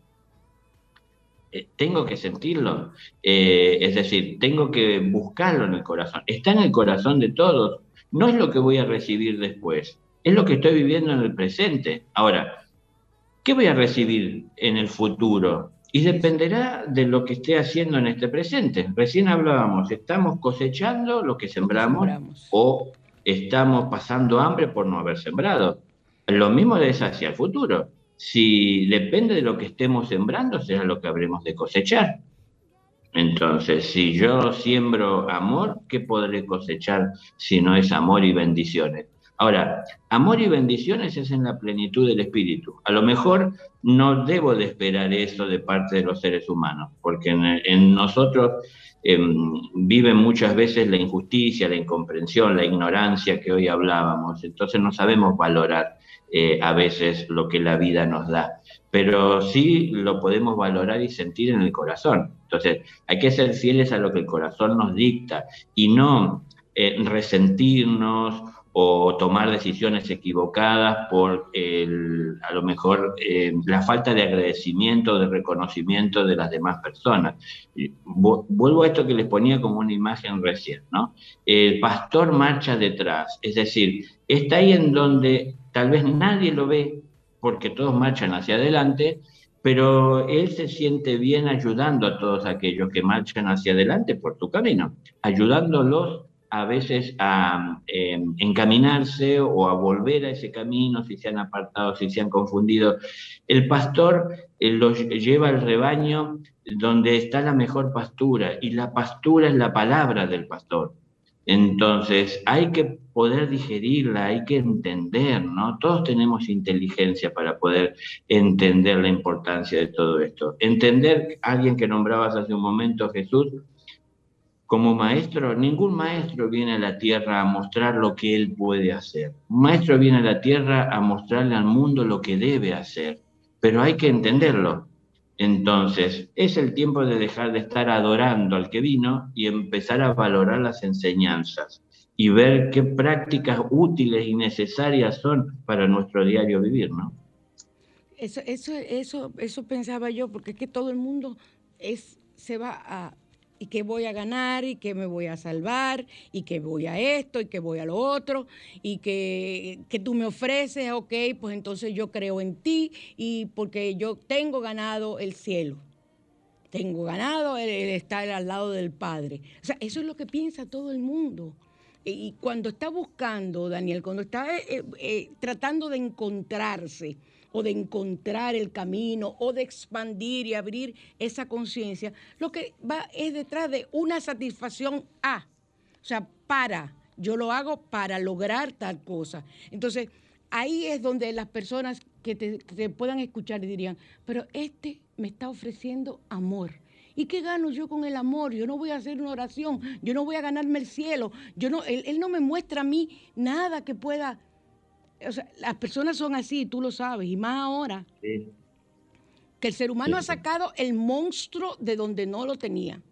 Tengo que sentirlo, es decir, tengo que buscarlo en el corazón. Está en el corazón de todos, no es lo que voy a recibir después, es lo que estoy viviendo en el presente. Ahora, ¿qué voy a recibir en el futuro? Y dependerá de lo que esté haciendo en este presente. Recién hablábamos, ¿estamos cosechando lo que sembramos o estamos pasando hambre por no haber sembrado? Lo mismo es hacia el futuro. Si depende de lo que estemos sembrando, será lo que habremos de cosechar. Entonces, si yo siembro amor, ¿qué podré cosechar si no es amor y bendiciones? Ahora, amor y bendiciones es en la plenitud del espíritu. A lo mejor no debo de esperar eso de parte de los seres humanos, porque en nosotros viven muchas veces la injusticia, la incomprensión, la ignorancia que hoy hablábamos. Entonces no sabemos valorar a veces lo que la vida nos da, pero sí lo podemos valorar y sentir en el corazón. Entonces hay que ser fieles a lo que el corazón nos dicta y no resentirnos o tomar decisiones equivocadas por a lo mejor la falta de agradecimiento, de reconocimiento de las demás personas. Vuelvo a esto que les ponía como una imagen recién, ¿no? El pastor marcha detrás, es decir, está ahí en donde tal vez nadie lo ve porque todos marchan hacia adelante, pero él se siente bien ayudando a todos aquellos que marchan hacia adelante por su camino, ayudándolos a veces a encaminarse o a volver a ese camino si se han apartado, si se han confundido. El pastor los lleva al rebaño donde está la mejor pastura, y la pastura es la palabra del pastor. Entonces hay que poder digerirla, hay que entender, ¿no? Todos tenemos inteligencia para poder entender la importancia de todo esto. Entender, alguien que nombrabas hace un momento, Jesús, como maestro, ningún maestro viene a la tierra a mostrar lo que él puede hacer. Un maestro viene a la tierra a mostrarle al mundo lo que debe hacer, pero hay que entenderlo. Entonces, es el tiempo de dejar de estar adorando al que vino y empezar a valorar las enseñanzas y ver qué prácticas útiles y necesarias son para nuestro diario vivir, ¿no? Eso pensaba yo, porque es que todo el mundo se va a, y que voy a ganar, y que me voy a salvar, y que voy a esto, y que voy a lo otro, y que tú me ofreces, ok, pues entonces yo creo en ti, y porque yo tengo ganado el cielo, tengo ganado el estar al lado del Padre. O sea, eso es lo que piensa todo el mundo. Y cuando está buscando, Daniel, cuando está tratando de encontrarse, o de encontrar el camino, o de expandir y abrir esa conciencia, lo que va es detrás de una satisfacción o sea, yo lo hago para lograr tal cosa. Entonces, ahí es donde las personas que te puedan escuchar y dirían, pero me está ofreciendo amor. ¿Y qué gano yo con el amor? Yo no voy a hacer una oración, yo no voy a ganarme el cielo, él no me muestra a mí nada que pueda. O sea, las personas son así, tú lo sabes, y más ahora, sí, que el ser humano ha sacado el monstruo de donde no lo tenía.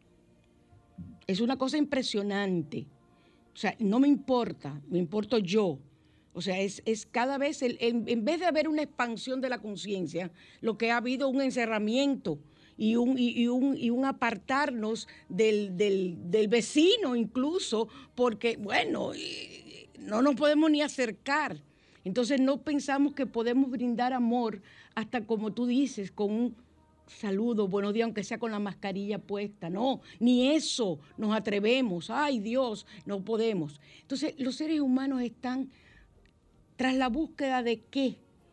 Es una cosa impresionante. O sea, no me importa, me importo yo. O sea, es cada vez, en vez de haber una expansión de la conciencia, lo que ha habido un encerramiento y un apartarnos del vecino incluso, porque, bueno, no nos podemos ni acercar. Entonces no pensamos que podemos brindar amor hasta, como tú dices, con un saludo, buenos días, aunque sea con la mascarilla puesta. No, ni eso nos atrevemos. Ay, Dios, no podemos. Entonces los seres humanos están tras la búsqueda de qué.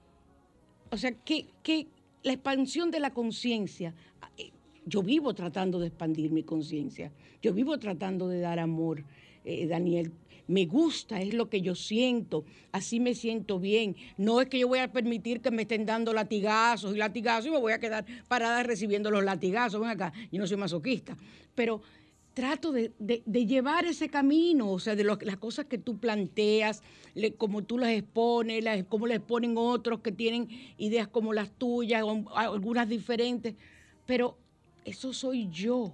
O sea, la expansión de la conciencia. Yo vivo tratando de expandir mi conciencia. Yo vivo tratando de dar amor, Daniel. Me gusta, es lo que yo siento, así me siento bien. No es que yo voy a permitir que me estén dando latigazos y me voy a quedar parada recibiendo los latigazos. Ven acá, yo no soy masoquista, pero trato de llevar ese camino, o sea, de las cosas que tú planteas, como tú las expones, como las exponen otros que tienen ideas como las tuyas, algunas diferentes, pero eso soy yo.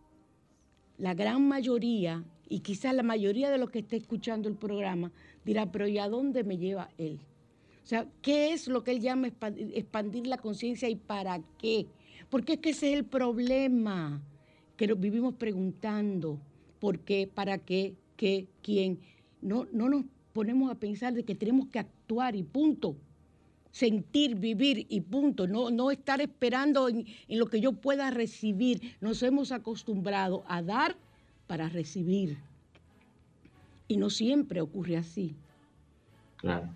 La gran mayoría, y quizás la mayoría de los que esté escuchando el programa, dirá, pero ¿y a dónde me lleva él? O sea, ¿qué es lo que él llama expandir la conciencia y para qué? Porque es que ese es el problema, que nos vivimos preguntando por qué, para qué, quién. No nos ponemos a pensar de que tenemos que actuar y punto. Sentir, vivir y punto. No estar esperando en lo que yo pueda recibir. Nos hemos acostumbrado a dar para recibir. Y no siempre ocurre así. Claro.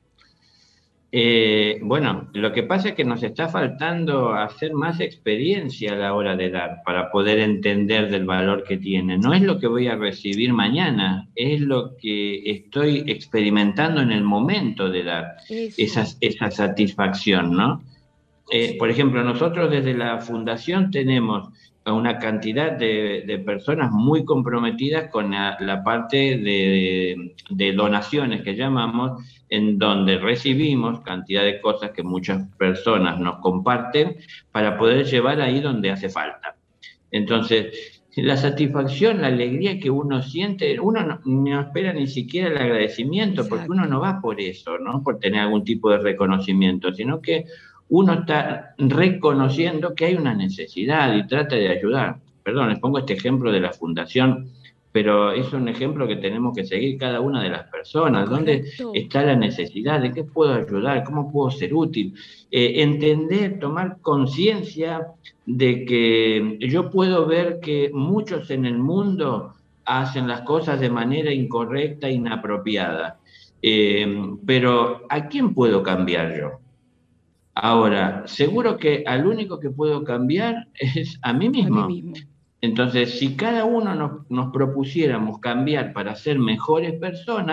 Bueno, lo que pasa es que nos está faltando hacer más experiencia a la hora de dar para poder entender del valor que tiene. No es lo que voy a recibir mañana, es lo que estoy experimentando en el momento de dar esa satisfacción, ¿no? Por ejemplo, nosotros desde la Fundación tenemos una cantidad de personas muy comprometidas con la parte de donaciones que llamamos, en donde recibimos cantidad de cosas que muchas personas nos comparten para poder llevar ahí donde hace falta. Entonces, la satisfacción, la alegría que uno siente, uno no espera ni siquiera el agradecimiento. Exacto. Porque uno no va por eso, ¿no? Por tener algún tipo de reconocimiento, sino que uno está reconociendo que hay una necesidad y trata de ayudar. Perdón, les pongo este ejemplo de la Fundación, pero es un ejemplo que tenemos que seguir cada una de las personas. Correcto. ¿Dónde está la necesidad? ¿De qué puedo ayudar? ¿Cómo puedo ser útil? Entender, tomar conciencia de que yo puedo ver que muchos en el mundo hacen las cosas de manera incorrecta, inapropiada. Pero ¿a quién puedo cambiar yo? Ahora, seguro que al único que puedo cambiar es a mí mismo. A mí mismo. Entonces, si cada uno nos propusiéramos cambiar para ser mejores personas,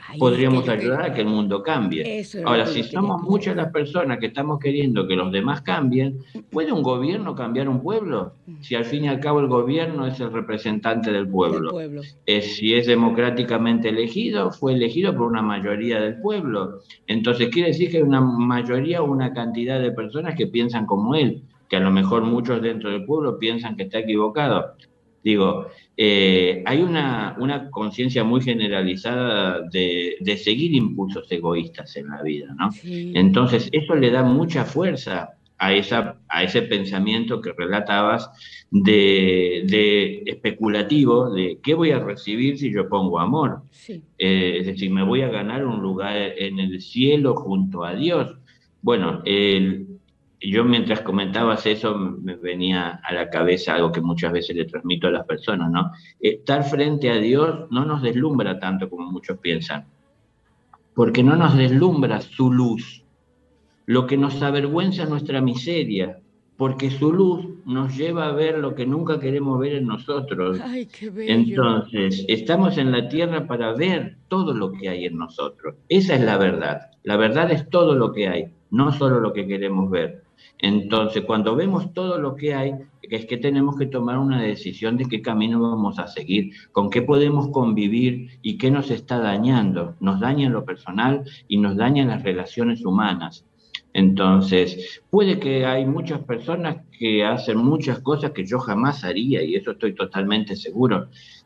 Ay, es que podríamos yo ayudar a que el mundo cambie. eso era lo Ahora, que si yo quería somos escuchar. muchas las personas que estamos queriendo que los demás cambien, ¿puede un gobierno cambiar un pueblo? Si al fin y al cabo el gobierno es el representante del Del pueblo. pueblo. Si es democráticamente elegido, fue elegido por una mayoría del pueblo. Entonces quiere decir que hay una mayoría o una cantidad de personas que piensan como él, que a lo mejor muchos dentro del pueblo piensan que está equivocado. Digo, hay una conciencia muy generalizada de seguir impulsos egoístas en la vida, ¿no? Sí. Entonces, eso le da mucha fuerza a ese pensamiento que relatabas de especulativo, de qué voy a recibir si yo pongo amor. Sí. Es decir, me voy a ganar un lugar en el cielo junto a Dios. Bueno, yo mientras comentabas eso me venía a la cabeza algo que muchas veces le transmito a las personas, ¿no? Estar frente a Dios no nos deslumbra tanto como muchos piensan, porque no nos deslumbra su luz. Lo que nos avergüenza es nuestra miseria, porque su luz nos lleva a ver lo que nunca queremos ver en nosotros. Ay, qué bello. Entonces, estamos en la tierra para ver todo lo que hay en nosotros. Esa es la verdad. La verdad es todo lo que hay, no solo lo que queremos ver. Entonces, cuando vemos todo lo que hay, es que tenemos que tomar una decisión de qué camino vamos a seguir, con qué podemos convivir y qué nos está dañando. Nos daña en lo personal y nos dañan las relaciones humanas. Entonces, puede que hay muchas personas que hacen muchas cosas que yo jamás haría, y eso estoy totalmente seguro.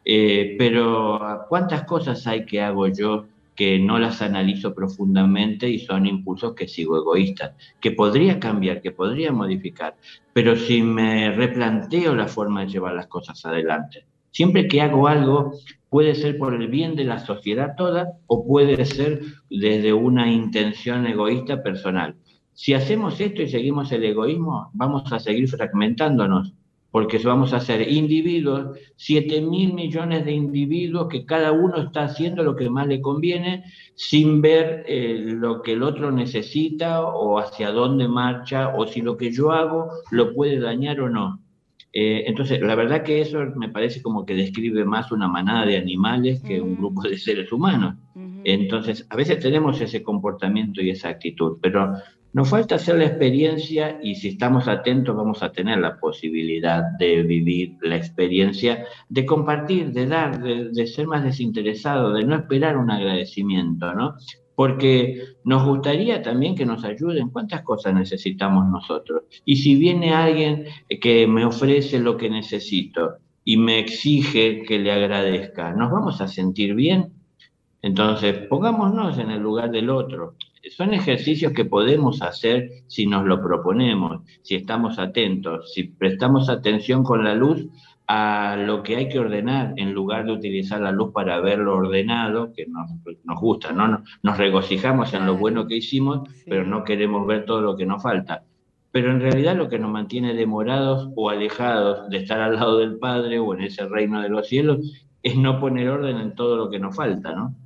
Pero ¿cuántas cosas hay que hago yo que no las analizo profundamente y son impulsos que sigo egoístas, que podría cambiar, que podría modificar, pero si me replanteo la forma de llevar las cosas adelante? Siempre que hago algo, puede ser por el bien de la sociedad toda o puede ser desde una intención egoísta personal. Si hacemos esto y seguimos el egoísmo, vamos a seguir fragmentándonos, porque vamos a ser individuos, 7.000 millones de individuos que cada uno está haciendo lo que más le conviene, sin ver lo que el otro necesita o hacia dónde marcha, o si lo que yo hago lo puede dañar o no. Entonces, la verdad que eso me parece como que describe más una manada de animales que un grupo de seres humanos. Entonces, a veces tenemos ese comportamiento y esa actitud, pero nos falta hacer la experiencia y si estamos atentos vamos a tener la posibilidad de vivir la experiencia, de compartir, de dar, de ser más desinteresado, de no esperar un agradecimiento, ¿no? Porque nos gustaría también que nos ayuden. ¿Cuántas cosas necesitamos nosotros? Y si viene alguien que me ofrece lo que necesito y me exige que le agradezca, ¿nos vamos a sentir bien? Entonces, pongámonos en el lugar del otro. Son ejercicios que podemos hacer si nos lo proponemos, si estamos atentos, si prestamos atención con la luz a lo que hay que ordenar, en lugar de utilizar la luz para ver lo ordenado, que nos gusta, ¿no? Nos regocijamos en lo bueno que hicimos, Sí. pero no queremos ver todo lo que nos falta. Pero en realidad lo que nos mantiene demorados o alejados de estar al lado del Padre o en ese reino de los cielos es no poner orden en todo lo que nos falta, ¿no?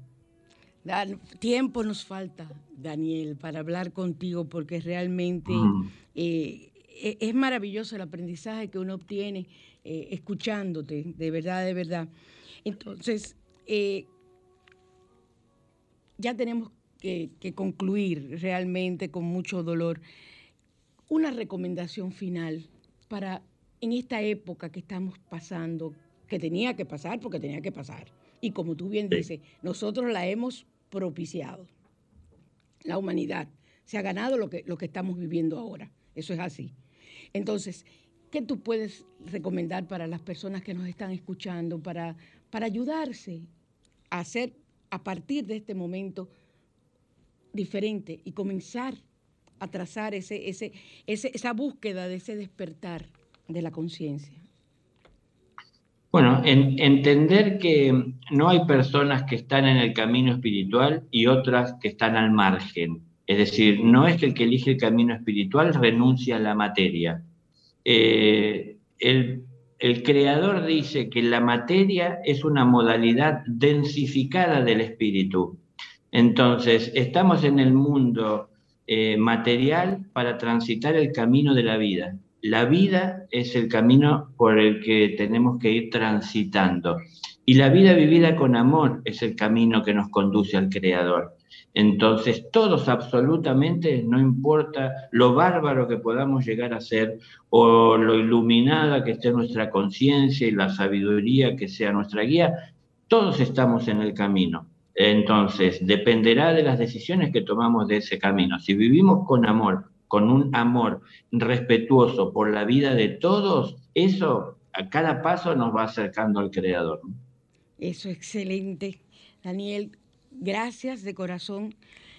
Tiempo nos falta, Daniel, para hablar contigo, porque realmente es maravilloso el aprendizaje que uno obtiene escuchándote, de verdad, de verdad. Entonces, ya tenemos que concluir realmente con mucho dolor. Una recomendación final para en esta época que estamos pasando, que tenía que pasar porque tenía que pasar. Y como tú bien dices, nosotros la hemos propiciado. La humanidad se ha ganado lo que estamos viviendo ahora. Eso es así. Entonces, ¿qué tú puedes recomendar para las personas que nos están escuchando para ayudarse a hacer a partir de este momento diferente y comenzar a trazar esa búsqueda de ese despertar de la conciencia? Bueno, entender que no hay personas que están en el camino espiritual y otras que están al margen. Es decir, no es que el que elige el camino espiritual renuncia a la materia. El Creador dice que la materia es una modalidad densificada del espíritu. Entonces, estamos en el mundo material para transitar el camino de la vida. La vida es el camino por el que tenemos que ir transitando. Y la vida vivida con amor es el camino que nos conduce al Creador. Entonces, todos absolutamente, no importa lo bárbaro que podamos llegar a ser o lo iluminada que esté nuestra conciencia y la sabiduría que sea nuestra guía, todos estamos en el camino. Entonces, dependerá de las decisiones que tomamos de ese camino. Si vivimos con amor, con un amor respetuoso por la vida de todos, eso a cada paso nos va acercando al Creador. Eso, excelente. Daniel, gracias de corazón.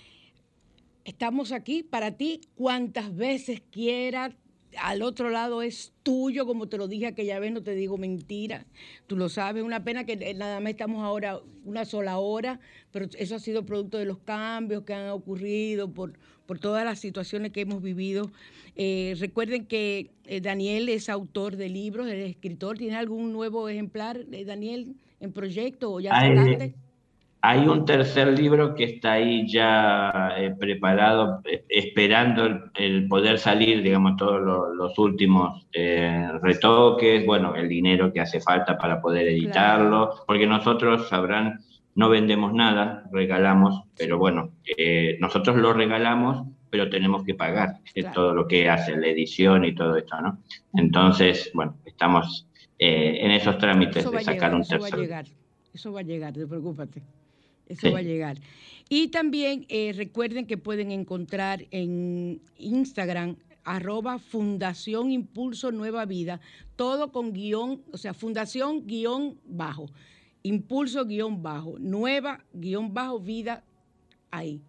Estamos aquí para ti cuantas veces quieras. Al otro lado es tuyo, como te lo dije aquella vez, no te digo mentira. Tú lo sabes, una pena que nada más estamos ahora una sola hora, pero eso ha sido producto de los cambios que han ocurrido por todas las situaciones que hemos vivido. Recuerden que Daniel es autor de libros, es escritor. ¿Tiene algún nuevo ejemplar, Daniel, en proyecto o ya sacaste? Hay un tercer libro que está ahí ya preparado, esperando el poder salir, digamos, todos los últimos retoques, bueno, el dinero que hace falta para poder editarlo, claro. Porque nosotros, sabrán, no vendemos nada, regalamos, pero bueno, nosotros lo regalamos, pero tenemos que pagar claro. Todo lo que hace la edición y todo esto, ¿no? Entonces, bueno, estamos en esos trámites de sacar un tercer libro. Eso va a llegar, no te preocúpate. Eso sí. Va a llegar. Y también recuerden que pueden encontrar en Instagram @Fundación Impulso Nueva Vida, todo con guión, o sea, Fundación _, Impulso _ Nueva _ Vida, ahí,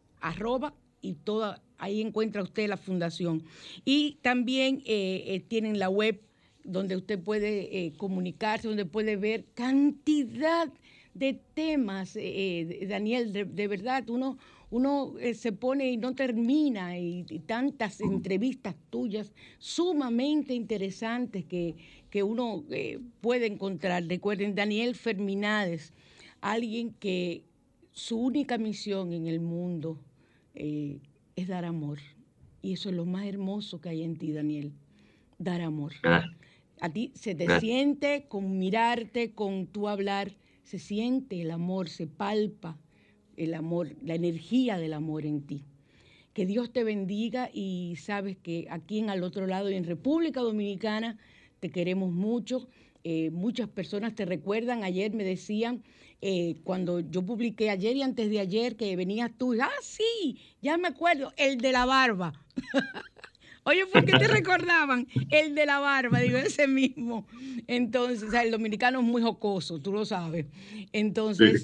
@ y toda, ahí encuentra usted la fundación. Y también tienen la web donde usted puede comunicarse, donde puede ver cantidad de temas, Daniel, de verdad, uno se pone y no termina, y tantas entrevistas tuyas sumamente interesantes que uno puede encontrar. Recuerden, Daniel Ferminades, alguien que su única misión en el mundo es dar amor, y eso es lo más hermoso que hay en ti, Daniel, dar amor. A ti se te siente con mirarte, con tu hablar, se siente el amor, se palpa el amor, la energía del amor en ti. Que Dios te bendiga, y sabes que aquí en Al Otro Lado y en República Dominicana te queremos mucho. Muchas personas te recuerdan. Ayer me decían, cuando yo publiqué ayer y antes de ayer que venías tú, sí, ya me acuerdo, el de la barba. Oye, ¿por qué te recordaban? El de la barba, digo, ese mismo. Entonces, o sea, el dominicano es muy jocoso, tú lo sabes. Entonces,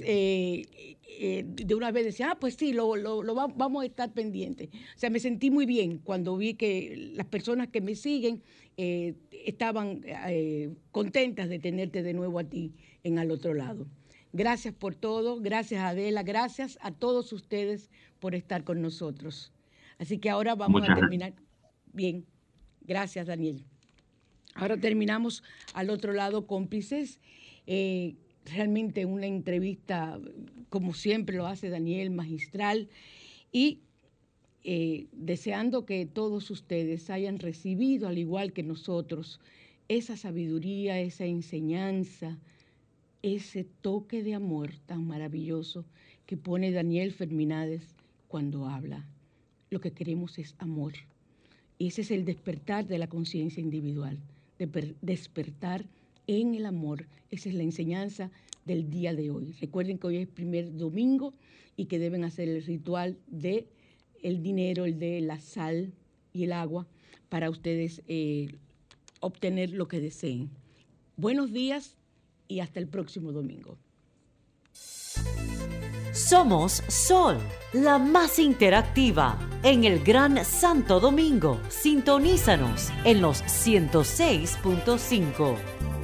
de una vez decía, pues sí, vamos a estar pendientes. O sea, me sentí muy bien cuando vi que las personas que me siguen estaban contentas de tenerte de nuevo a ti en Al Otro Lado. Gracias por todo, gracias Adela, gracias a todos ustedes por estar con nosotros. Así que ahora vamos a terminar. Bien, gracias Daniel. Ahora terminamos Al Otro Lado, cómplices. Realmente una entrevista, como siempre lo hace Daniel, magistral, y deseando que todos ustedes hayan recibido, al igual que nosotros, esa sabiduría, esa enseñanza, ese toque de amor tan maravilloso que pone Daniel Ferminades cuando habla. Lo que queremos es amor. Y ese es el despertar de la conciencia individual, despertar en el amor. Esa es la enseñanza del día de hoy. Recuerden que hoy es primer domingo y que deben hacer el ritual de el dinero, el de la sal y el agua, para ustedes obtener lo que deseen. Buenos días y hasta el próximo domingo. Somos Sol, la más interactiva en el Gran Santo Domingo. Sintonízanos en los 106.5.